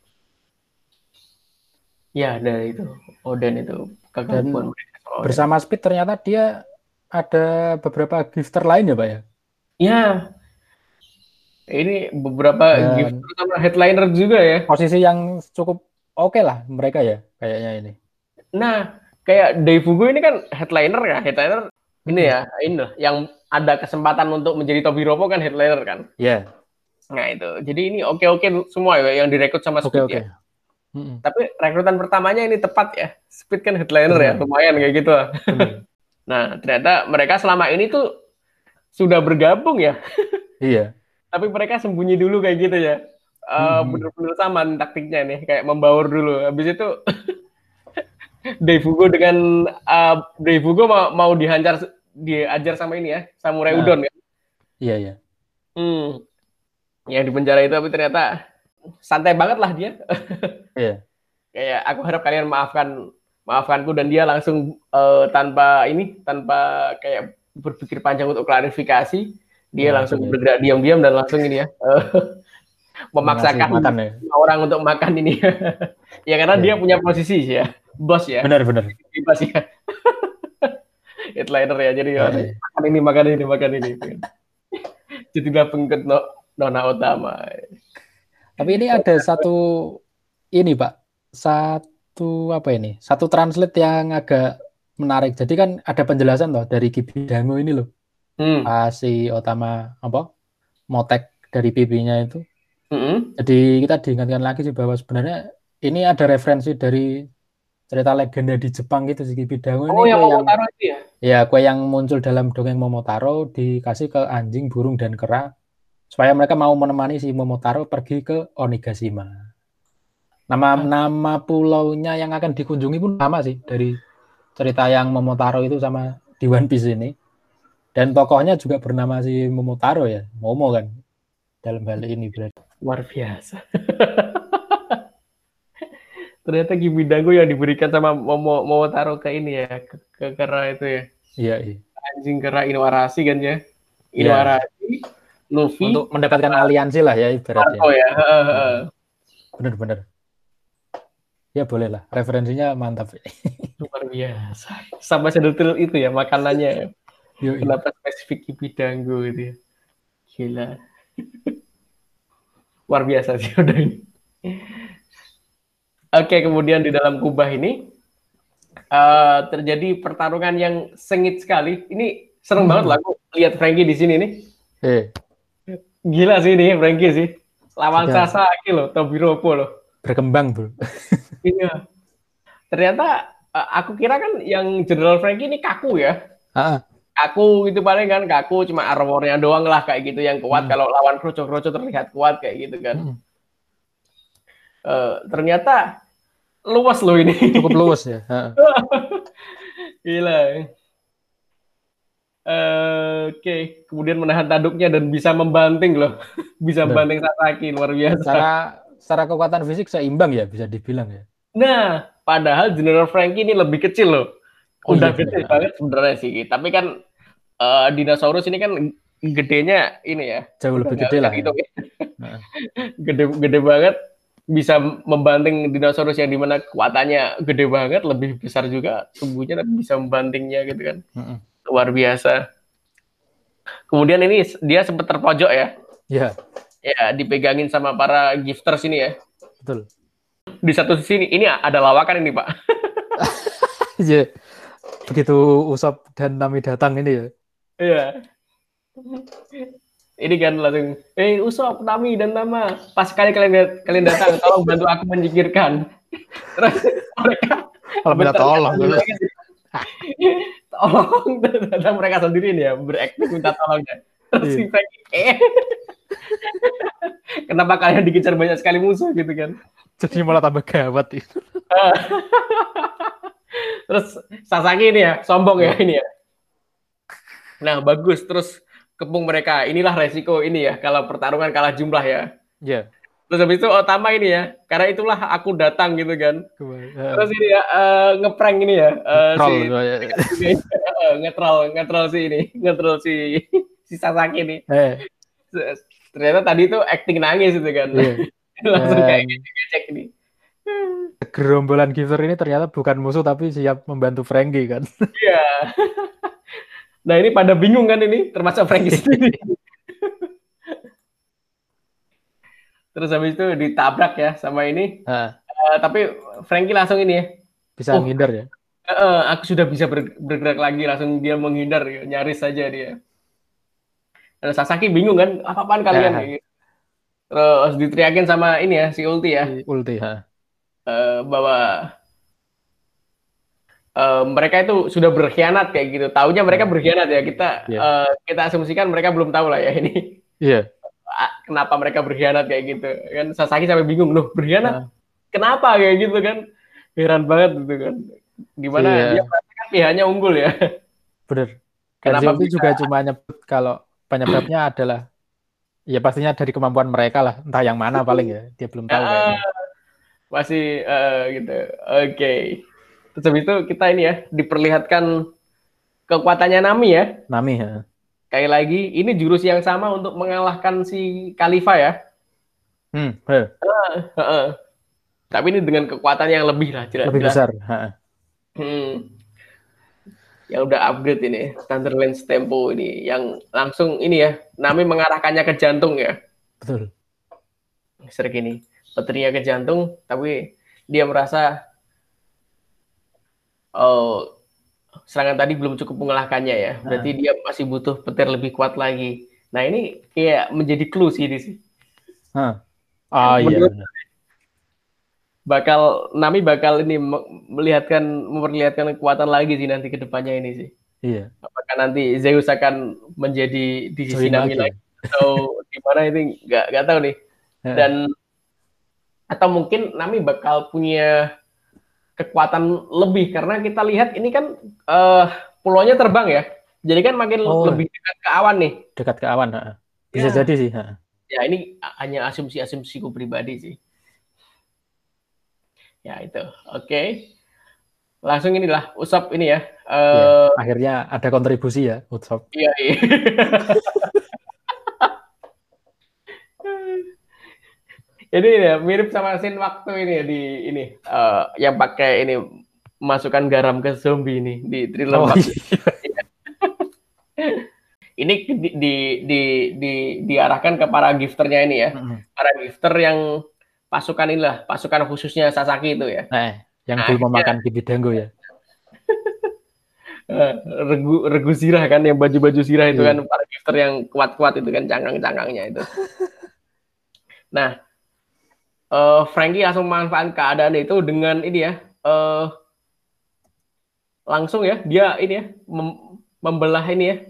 Ya, ada itu Oden itu kegagalan bersama Speed ternyata dia ada beberapa gifter lain ya, Pak ya? Ya. Ini beberapa dan gift sama headliner juga ya. Posisi yang cukup oke okay lah mereka ya kayaknya ini. Nah, kayak Daifugo ini kan headliner ya, headliner hmm. ini ya, ini yang ada kesempatan untuk menjadi Tobiropo kan headliner kan. Iya. Yeah. Nah itu, jadi ini oke-oke semua ya yang direkrut sama Speed okay, okay. ya. Mm-mm. Tapi rekrutan pertamanya ini tepat ya. Speed kan headliner ya, Benar. lumayan kayak gitu lah. Benar. Nah, ternyata mereka selama ini tuh sudah bergabung ya, Iya. tapi mereka sembunyi dulu kayak gitu ya. Eh, Mm-mm. bener-bener sama nih taktiknya nih, kayak membaur dulu. Habis itu Dave Hugo dengan uh, Dave Hugo mau, mau dihajar diajar sama ini ya, Samurai Nah, Udon ya. iya iya. Hmm, yang di penjara itu tapi ternyata santai banget lah dia. Iya. Kayak aku harap kalian maafkan maafkanku dan dia langsung uh, tanpa ini tanpa kayak berpikir panjang untuk klarifikasi, dia Ya, langsung langsung ya. bergerak diam-diam dan langsung ini ya uh, Ngasih memaksakan makan ya. orang untuk makan ini. Ya karena dia Iya. punya posisi sih ya, bos ya, Benar benar. bebas ya, headliner ya. Jadi ya, Iya, iya. makan ini makan ini makan ini. Jadilah pengikut no, Nona Utama. Tapi ini ada satu ini Pak, satu apa ini? Satu translate yang agak menarik. Jadi kan ada penjelasan loh dari Gibi Dango ini loh. Hmm. Ah, si Otama apa? Motek dari P B-nya itu. Hmm. Jadi kita diingatkan lagi sih bahwa sebenarnya ini ada referensi dari cerita legenda di Jepang gitu si Gibi Dango Oh, ini yang kue mau yang taruh itu ya? ya kue yang muncul dalam dongeng Momotaro dikasih ke anjing, burung dan kera supaya mereka mau menemani si Momotaro pergi ke Onigashima. Nama Ah, nama pulaunya yang akan dikunjungi pun sama sih dari cerita yang Momotaro itu sama di One Piece ini. Dan tokohnya juga bernama si Momotaro ya, Momo kan dalam hal ini berarti. luar biasa. Ternyata Gibidago yang diberikan sama mau mau taruh ke ini ya, ke, ke kera itu ya. Iya, iya. Anjing kera Inuarashi kan ya. Ya, Inuarashi, Luffy, untuk mendapatkan aliansi lah ya Marco ibaratnya. ya. Ya, benar-benar. Ya boleh lah, referensinya mantap. Luar biasa. Sampai sedetail itu ya makanannya. Yoi. Kenapa spesifik Gibidago itu ya. Gila. Luar biasa sih udah ini. Oke, kemudian di dalam kubah ini uh, terjadi pertarungan yang sengit sekali. Ini serem banget lah aku lihat Frankie di sini nih. Eh, Gila sih ini Frankie sih. Lawan sudah Sasaki loh, Tobiropo loh. berkembang, Bro. Iya. Ternyata uh, aku kira kan yang General Frankie ini kaku ya. Ah, Kaku gitu paling kan, kaku cuma armornya doang lah kayak gitu yang kuat. hmm, Kalau lawan kroco-kroco terlihat kuat kayak gitu kan. hmm. Uh, ternyata luas loh ini. Cukup luas ya. Ah. Gila. Uh, Oke, okay. Kemudian menahan tanduknya dan bisa membanting loh, bisa Benar. membanting Sasaki luar biasa. Secara secara kekuatan fisik seimbang ya bisa dibilang ya. Nah, padahal General Frankie ini lebih kecil loh, Oh iya udah benar. gede Ah. banget sebenarnya sih. Tapi kan uh, dinosaurus ini kan gedenya ini ya, Jauh udah lebih nggak gede bisa lah ya. dihitung ya. Ah. Gede gede banget, bisa membanting dinosaurus yang dimana kekuatannya gede banget, lebih besar juga tubuhnya, tapi bisa membantingnya gitu kan, Hmm. luar biasa. Kemudian ini dia sempat terpojok ya. Ya, Ya, dipegangin sama para gifters ini ya. betul. Di satu sisi ini, ini ada lawakan ini, Pak. Iya. Begitu Usop dan Nami datang ini ya. Iya. Ini kan langsung, eh Usop, Nami dan Nama, pas sekali kalian kalian datang, tolong bantu aku menyingkirkan. Terus mereka Kalau minta tolong dulu. Tolong, dan mereka sendiri nih ya berakting minta tolongnya. Terus si Frankie, eh, kenapa kalian dikejar banyak sekali musuh gitu kan? Jadi malah tambah gawat itu. Terus Sasaki ini ya, sombong ya ini ya. Nah, bagus. Terus kepung mereka. Inilah resiko ini ya, kalau pertarungan kalah jumlah ya. Iya. Terus habis itu Otama ini ya, karena itulah aku datang gitu kan. Yeah. Terus ini ya, uh, ngeprank ini ya. Uh, Troll. si, uh, ngetrol, ngetrol si ini. Ngetrol si, si Sasaki ini. Eh. Ternyata tadi itu acting nangis itu kan. Yeah. Langsung kayak ngecek ini. Gerombolan gifter ini ternyata bukan musuh tapi siap membantu Frankie kan. Iya. Nah ini pada bingung kan ini, termasuk Frankie sendiri. Terus habis itu ditabrak ya sama ini. Uh, tapi Frankie langsung ini ya. Bisa oh, menghindar ya. Uh, aku sudah bisa bergerak lagi, langsung dia menghindar, ya. Nyaris saja dia. Dan Sasaki bingung kan, apa-apaan kalian? Ya. Terus diteriakin sama ini ya, si Ulti ya. Si Ulti, ha. uh, bahwa uh, mereka itu sudah berkhianat kayak gitu. Taunya mereka berkhianat ya. Kita yeah. uh, kita asumsikan mereka belum tahu lah ya ini. Iya. Yeah. Kenapa mereka berkhianat kayak gitu? Kan Sasaki sampai bingung loh, berkhianat. Uh. Kenapa kayak gitu kan? Heran banget gitu kan. Gimana yeah. dia merasakan pihaknya unggul ya. Bener. Kenapa itu juga cuma nyebut kalau penyebabnya adalah ya pastinya dari kemampuan mereka lah, entah yang mana paling ya, dia belum tahu kayaknya. Masih uh, gitu. Oke. Okay. Terus habis itu kita ini ya diperlihatkan kekuatannya Nami ya. Nami ya. Kayak lagi ini jurus yang sama untuk mengalahkan si Khalifa ya. Hmm. Uh, uh, uh. Tapi ini dengan kekuatan yang lebih lah, jelas. Lebih besar. Hmm. Yang udah upgrade ini, Thunderlance Tempo ini, yang langsung ini ya, Nami mengarahkannya ke jantung ya. Betul. Sering ini, petirnya ke jantung, tapi dia merasa oh serangan tadi belum cukup mengalahkannya ya, berarti nah. dia masih butuh petir lebih kuat lagi. Nah ini kayak menjadi clue sih ini sih. Huh. Oh iya. Bakal Nami bakal ini melihatkan memperlihatkan kekuatan lagi sih nanti ke depannya ini sih. Iya. Apakah nanti Zeus akan menjadi di sisi Join Nami lagi, lagi atau gimana ini nggak nggak tahu nih. Dan atau mungkin Nami bakal punya kekuatan lebih karena kita lihat ini kan uh, pulaunya terbang ya. Jadi kan makin oh. lebih dekat ke awan nih. Dekat ke awan, ha. Bisa ya. Jadi sih. Ha. Ya ini hanya asumsi-asumsiku pribadi sih. Ya itu, oke. Okay. Langsung inilah Usopp ini ya. Uh, ya. Akhirnya ada kontribusi ya Usopp. Iya. iya. Ini ya mirip sama scene waktu ini ya di ini uh, yang pakai ini masukkan garam ke zombie ini di thriller. Oh, iya. Ini di, di di di diarahkan ke para gifternya ini ya. Mm-hmm. Para gifter yang pasukan inilah, pasukan khususnya Sasaki itu ya. Eh, yang nah, belum memakan Kibidango ya. regu regu sirah kan, yang baju-baju sirah itu yeah. kan, para gifter yang kuat-kuat itu kan, cangkang-cangkangnya itu. Nah, uh, Franky langsung memanfaatkan keadaan itu dengan ini ya, uh, langsung ya, dia ini ya, mem membelah ini ya,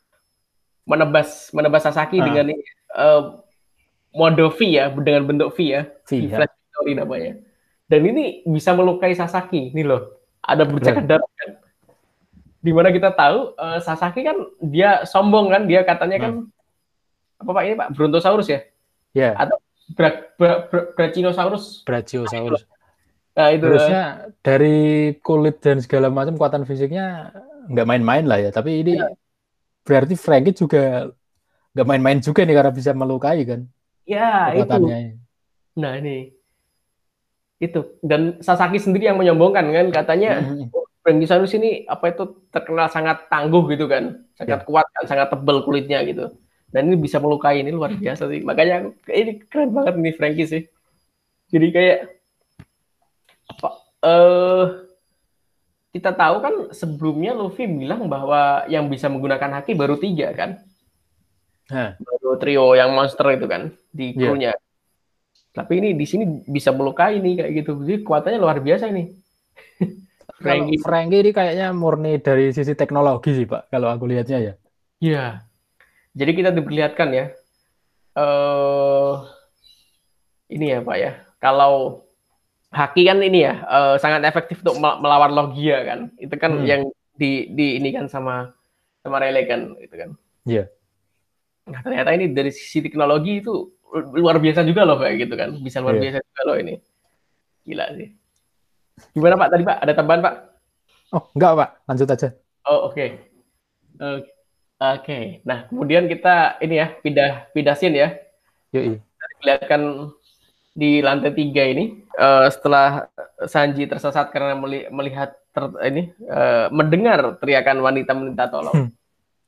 menebas menebas Sasaki ah. dengan ini, uh, mode V ya, dengan bentuk V ya, V, V Flash Victory namanya. Dan ini bisa melukai Sasaki, ini loh, ada bercak darah kan. Dimana kita tahu uh, Sasaki kan dia sombong kan, dia katanya kan hmm. apa Pak ini Pak Brontosaurus ya? Ya. Yeah. Atau Bra Bra Bra Brachiosaurus. Brachiosaurus. Nah itu. Harusnya uh, dari kulit dan segala macam kekuatan fisiknya nggak main-main lah ya. Tapi ini ya. Berarti Franky juga nggak main-main juga nih karena bisa melukai kan? Ya itu. Nah ini itu dan Sasaki sendiri yang menyombongkan kan katanya mm-hmm. oh, Brachiosaurus ini apa itu terkenal sangat tangguh gitu kan, sangat ya. kuat kan, sangat tebal kulitnya gitu. Dan ini bisa melukai, ini luar biasa sih. Makanya ini keren banget nih Franky sih. Jadi kayak apa? Uh, kita tahu kan sebelumnya Luffy bilang bahwa yang bisa menggunakan haki baru tiga kan. Huh. Baru trio yang monster itu kan di krunya. Yeah. Tapi ini di sini bisa melukai nih kayak gitu. Jadi kekuatannya luar biasa ini. Franky. Franky ini kayaknya murni dari sisi teknologi sih Pak. Kalau aku lihatnya ya. Iya. Jadi kita diperlihatkan ya. Uh, ini ya Pak ya. Kalau haki kan ini ya uh, sangat efektif untuk melawan Logia kan. Itu kan hmm. yang di di ini kan sama sama Rayleigh kan itu kan. Iya. Yeah. Nah, ternyata ini dari sisi teknologi itu luar biasa juga loh kayak gitu kan. Bisa luar yeah. biasa juga loh ini. Gila sih. Gimana Pak tadi Pak? Ada tambahan Pak? Oh, enggak Pak. Lanjut aja. Oh, oke. Okay. Uh, oke. Okay. Nah, kemudian kita ini ya, pindah pindah scene ya. Yoi. Lihatkan di lantai tiga ini uh, setelah Sanji tersesat karena melihat ter, ini uh, mendengar teriakan wanita meminta tolong. Hmm.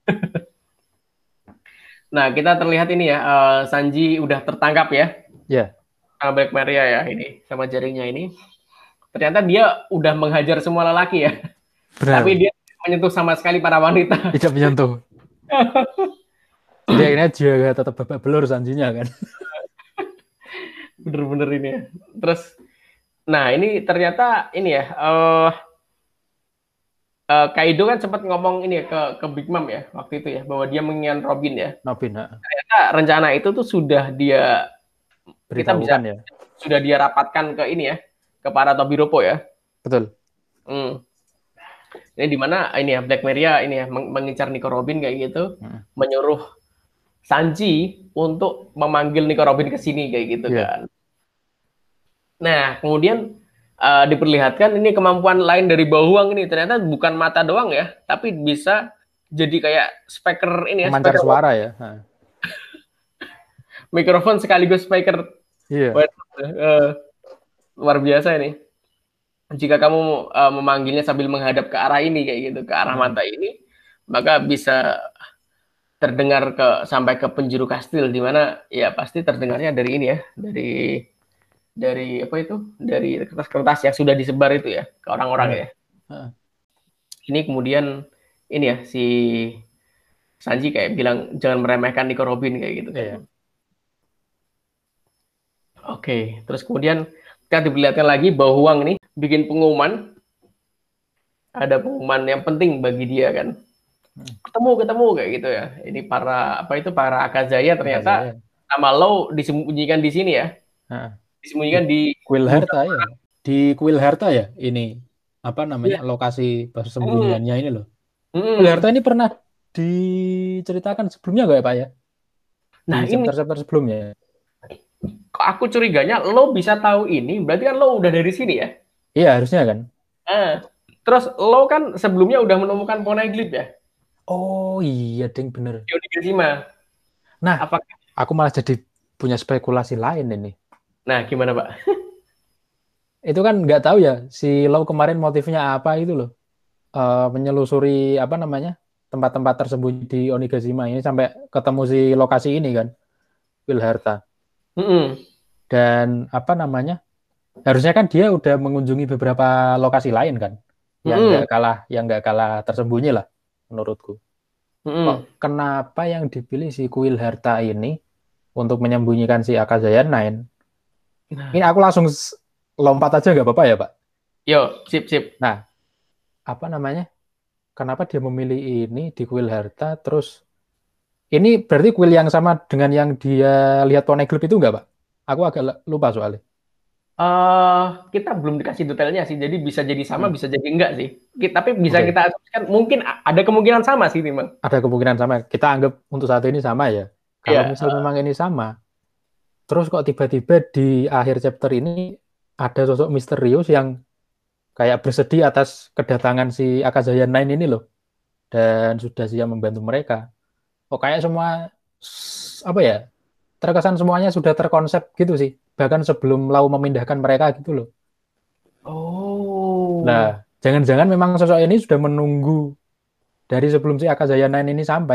Nah, kita terlihat ini ya, uh, Sanji udah tertangkap ya. Iya. Yeah. Sama Black Maria ya ini, sama jaringnya ini. Ternyata dia udah menghajar semua lelaki ya. Benar. Tapi dia menyentuh sama sekali para wanita. Tidak menyentuh. Jadi akhirnya juga tetap babak belur Sanjinya kan. Bener-bener ini ya. Terus Nah, ini ternyata ini ya, uh, uh, Kaido kan sempat ngomong ini ya ke ke Big Mom ya waktu itu ya, bahwa dia menginginkan Robin ya. Robin, nah, Ternyata rencana itu tuh sudah dia kita bisa beritahukan ya. sudah dia rapatkan ke ini ya, ke para Tobiropo ya. Betul. Hmm. Ini di mana ini ya Black Maria ini ya meng- mengincar Nico Robin kayak gitu, Hmm. menyuruh Sanji untuk memanggil Nico Robin ke sini kayak gitu Iya. kan. Nah, kemudian uh, diperlihatkan ini kemampuan lain dari Bawang ini ternyata bukan mata doang ya, tapi bisa jadi kayak speaker ini ya, Pemancar speaker suara ya. Nah. mikrofon sekaligus speaker. Iya. Wah, uh, luar biasa ini. Jika kamu uh, memanggilnya sambil menghadap ke arah ini kayak gitu, ke arah Hmm. mata ini, maka bisa terdengar ke sampai ke penjuru kastil di mana ya pasti terdengarnya dari ini ya, dari dari apa itu? Dari kertas-kertas yang sudah disebar itu ya ke orang-orang Benar. ya. Heeh. Ini kemudian ini ya si Sanji kayak bilang jangan meremehkan Nico Robin kayak gitu kan. Iya. Oke, terus kemudian kita diperlihatkan lagi bahwa Huang ini bikin pengumuman, ada pengumuman yang penting bagi dia kan. Hmm. Ketemu ketemu kayak gitu ya. Ini para apa itu para Akazaya ternyata Akazaya. sama Law disembunyikan di sini ya. Heeh. Di Disembunyikan di Kuil gudang. Harta ya. Di Kuil Harta ya ini apa Ya. namanya lokasi Hmm. persembunyiannya ini loh. Kuil Hmm. Harta ini pernah diceritakan sebelumnya nggak ya Pak ya? Di Nah ini chapter-chapter sebelumnya. kok aku curiganya lo bisa tahu ini, berarti kan lo udah dari sini ya. Iya harusnya kan. Nah, terus lo kan sebelumnya udah menemukan Poneglyph ya Oh iya ding bener. di Onigashima. Nah, Apakah? aku malah jadi punya spekulasi lain ini. Nah, gimana Pak? Itu kan nggak tahu ya si Law kemarin motifnya apa itu loh. Eh, menyelusuri apa namanya tempat-tempat tersembunyi di Onigashima ini sampai ketemu si lokasi ini kan, Wilharta. Mm-mm. Dan apa namanya? Harusnya kan dia udah mengunjungi beberapa lokasi lain kan, yang Mm-mm. nggak kalah yang nggak kalah tersembunyi lah menurutku. Kok Mm-mm. kenapa yang dipilih si Kuil Harta ini untuk menyembunyikan si Akazaya Nine? Ini Nah, aku langsung s- lompat aja nggak apa-apa ya Pak? yo, sip sip. Nah, apa namanya? Kenapa dia memilih ini di Kuil Harta? Terus ini berarti kuil yang sama dengan yang dia lihat Poneglyph itu nggak Pak? Aku agak l- lupa soalnya. Eh, kita belum dikasih detailnya sih, jadi bisa jadi sama, Hmm, bisa jadi enggak sih. Ki- Tapi bisa Oke, kita asumsikan mungkin a- ada kemungkinan sama sih, memang. ada kemungkinan sama. Kita anggap untuk saat ini sama ya. Kalau Iya. misal memang ini sama, terus kok tiba-tiba di akhir chapter ini ada sosok misterius yang kayak bersedih atas kedatangan si Akazaya Nine ini loh, dan sudah siap membantu mereka. Kok kayak semua s- apa ya? Terkesan semuanya sudah terkonsep gitu sih. Bahkan sebelum Lau memindahkan mereka gitu loh. Nah, Oh, jangan-jangan memang sosok ini sudah menunggu dari sebelum si Akazaya Nine ini sampai.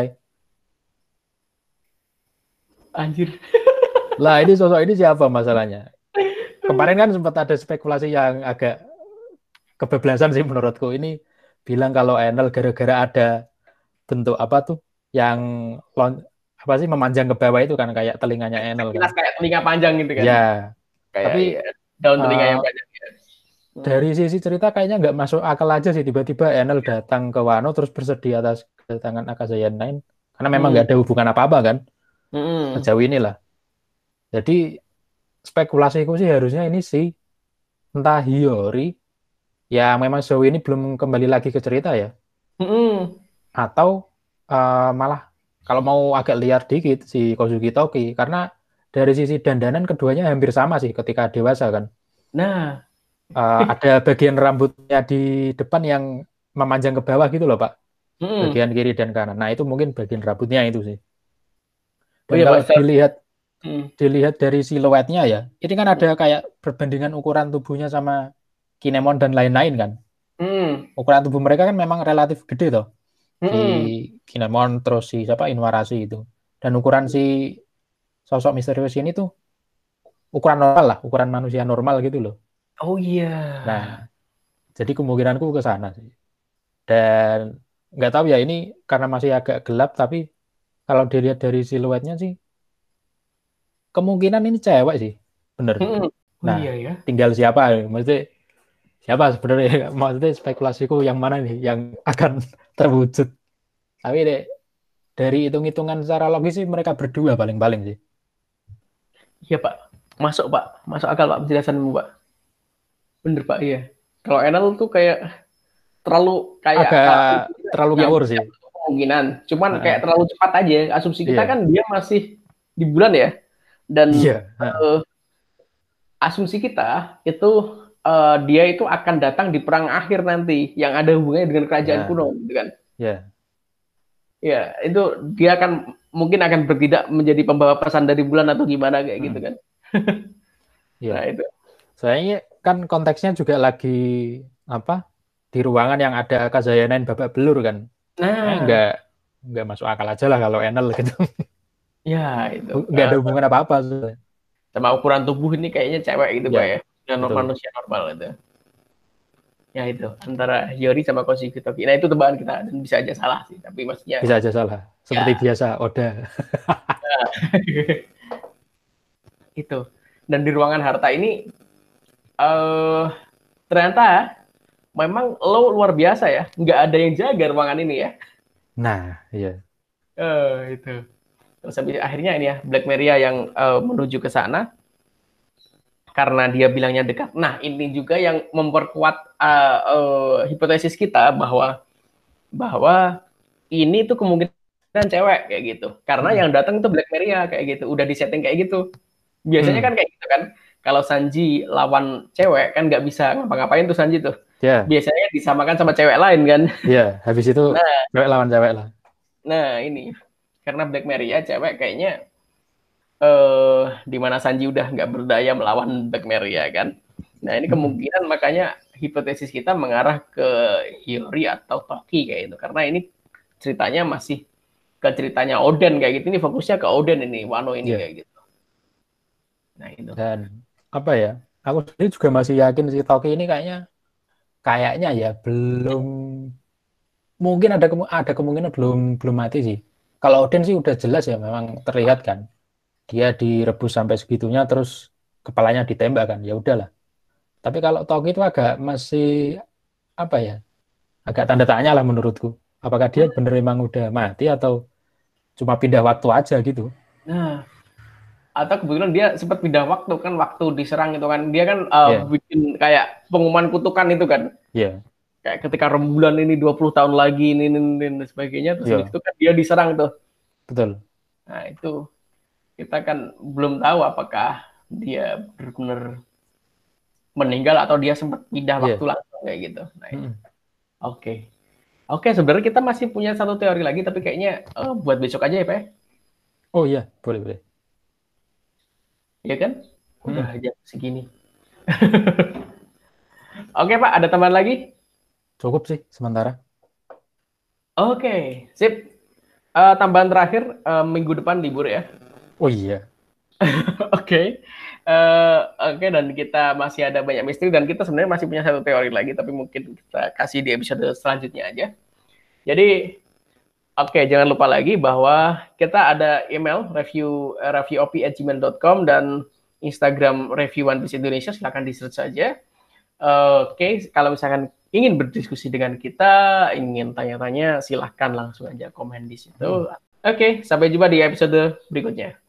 anjir. Lah, ini sosok ini siapa masalahnya? Kemarin kan sempat ada spekulasi yang agak kebablasan sih menurutku. Ini bilang kalau Enel gara-gara ada bentuk apa tuh yang lon, apa sih memanjang ke bawah itu kan kayak telinganya Enel kan. Sekilas kayak telinga panjang gitu kan. Ya, Kayak tapi iya, daun telinga eh, yang panjang. Hmm. dari sisi cerita kayaknya nggak masuk akal aja sih tiba-tiba Enel datang ke Wano terus bersedih atas kedatangan Akazaya Nine karena memang Hmm. nggak ada hubungan apa-apa kan Hmm. sejauh inilah. Jadi spekulasiku sih harusnya ini sih entah Hiyori yang memang sejauh ini belum kembali lagi ke cerita ya, Hmm. atau eh, malah kalau mau agak liar dikit si Kozuki Toki karena dari sisi dandanan keduanya hampir sama sih ketika dewasa kan. Nah, Eh, ada bagian rambutnya di depan yang memanjang ke bawah gitu loh Pak, hmm. bagian kiri dan kanan. Nah itu mungkin bagian rambutnya itu sih. Oh Dan iya kalau Pak. Star. dilihat Hmm. dilihat dari siluetnya ya, ini kan ada kayak perbandingan ukuran tubuhnya sama Kinemon dan lain-lain kan. Hmm. Ukuran tubuh mereka kan memang relatif gede toh. Si Hmm. Kinemon terus si siapa Inuarashi itu. Dan ukuran si sosok misterius ini tuh ukuran normal lah, ukuran manusia normal gitu loh. Oh iya. Nah, jadi kemungkinanku ke sana sih. Dan nggak tahu ya ini karena masih agak gelap tapi kalau dilihat dari siluetnya sih kemungkinan ini cewek sih. Bener. Hmm. Oh Nah, iya ya. tinggal siapa, maksudnya siapa sebenarnya, maksudnya spekulasiku yang mana nih yang akan terwujud. Tapi deh, dari hitung-hitungan secara logis sih mereka berdua paling-paling sih. Iya Pak. Masuk Pak. Masuk akal Pak penjelasanmu Pak. Bener Pak iya. Kalau Enel tuh kayak terlalu kayak Agak kalau terlalu yang ngawur sih. kemungkinan. Cuman kayak Heeh. terlalu cepat aja. Asumsi kita Iya, kan dia masih di bulan ya. Dan iya. Heeh. eh, asumsi kita itu eh, dia itu akan datang di perang akhir nanti yang ada hubungannya dengan kerajaan Ya, kuno, gitu kan? ya, Ya, itu dia akan mungkin akan bertindak menjadi pembawa pesan dari bulan atau gimana kayak gitu hmm, kan? Nah iya. itu. Soalnya kan konteksnya juga lagi apa di ruangan yang ada Kazayanain babak belur kan. Eh, Nah, nggak nggak masuk akal aja lah kalau Enel gitu. ya itu. Nggak Nah, ada hubungan apa-apa soalnya. sama ukuran tubuh ini kayaknya cewek gitu pak Ya, ya, dan betul. manusia normal itu. Ya itu antara Yori sama Koshiki Toki. Nah itu tebakan kita dan bisa aja salah sih, tapi maksudnya Bisa aja salah. Seperti ya biasa, Oda. itu. Dan di ruangan harta ini eh ternyata memang lo luar biasa ya, nggak ada yang jaga ruangan ini ya. Nah, iya. Eh itu. Terus habis akhirnya ini ya Black Maria yang eh, menuju ke sana karena dia bilangnya dekat. Nah ini juga yang memperkuat uh, uh, hipotesis kita bahwa bahwa ini tuh kemungkinan cewek kayak gitu. Karena Hmm. yang datang tuh Black Maria kayak gitu, udah disetting kayak gitu. Biasanya Hmm. kan kayak gitu kan. Kalau Sanji lawan cewek kan nggak bisa ngapa-ngapain tuh Sanji tuh. Ya, Biasanya disamakan sama cewek lain kan. ya. Habis itu Nah, cewek lawan cewek lah. nah ini karena Black Maria cewek kayaknya eh di mana Sanji udah nggak berdaya melawan Black Maria kan. Nah ini Hmm. kemungkinan makanya hipotesis kita mengarah ke Hiyori atau Toki kayak gitu. Karena ini ceritanya masih ke ceritanya Oden kayak gitu. Ini fokusnya ke Oden ini, Wano ini Ya. kayak gitu. Nah itu. Dan apa ya? Aku sendiri juga masih yakin si Toki ini kayaknya kayaknya ya belum mungkin ada kemu- ada kemungkinan belum belum mati sih. Kalau Odin sih udah jelas ya memang terlihat kan. Dia direbus sampai segitunya terus kepalanya ditembak kan. Ya udahlah. Tapi kalau Toki itu agak masih apa ya? Agak tanda tanya lah menurutku. Apakah dia bener emang udah mati atau cuma pindah waktu aja gitu? Nah, atau kebetulan dia sempat pindah waktu kan, waktu diserang itu kan. Dia kan uh, Ya, bikin kayak pengumuman kutukan itu kan. ya, Kayak ketika rembulan ini dua puluh tahun lagi ini, ini, ini dan sebagainya. Terus habis ya, itu kan dia diserang tuh. betul. Nah itu kita kan belum tahu apakah dia benar-benar meninggal atau dia sempat pindah waktu Ya. langsung kayak gitu. Nah, itu. Mm-mm. Oke. Oke, sebenarnya kita masih punya satu teori lagi tapi kayaknya eh, buat besok aja ya, Pak. Oh iya, boleh, boleh. Iya kan? Udah Mm-mm. jam segini. Oke, Pak, ada tambahan lagi? Cukup sih sementara. Oke, sip. Eh, tambahan terakhir, eh, minggu depan libur ya. Oh iya. Oke. Eh, Oke, dan kita masih ada banyak misteri dan kita sebenarnya masih punya satu teori lagi tapi mungkin kita kasih di episode selanjutnya aja. Jadi oke, jangan lupa lagi bahwa kita ada email review uh, reviewop at gmail dot com dan Instagram review One Piece Indonesia, silakan di-search saja. Uh, Oke, kalau misalkan ingin berdiskusi dengan kita, ingin tanya-tanya, silahkan langsung aja komen di situ. Mm-mm. Oke, sampai jumpa di episode berikutnya.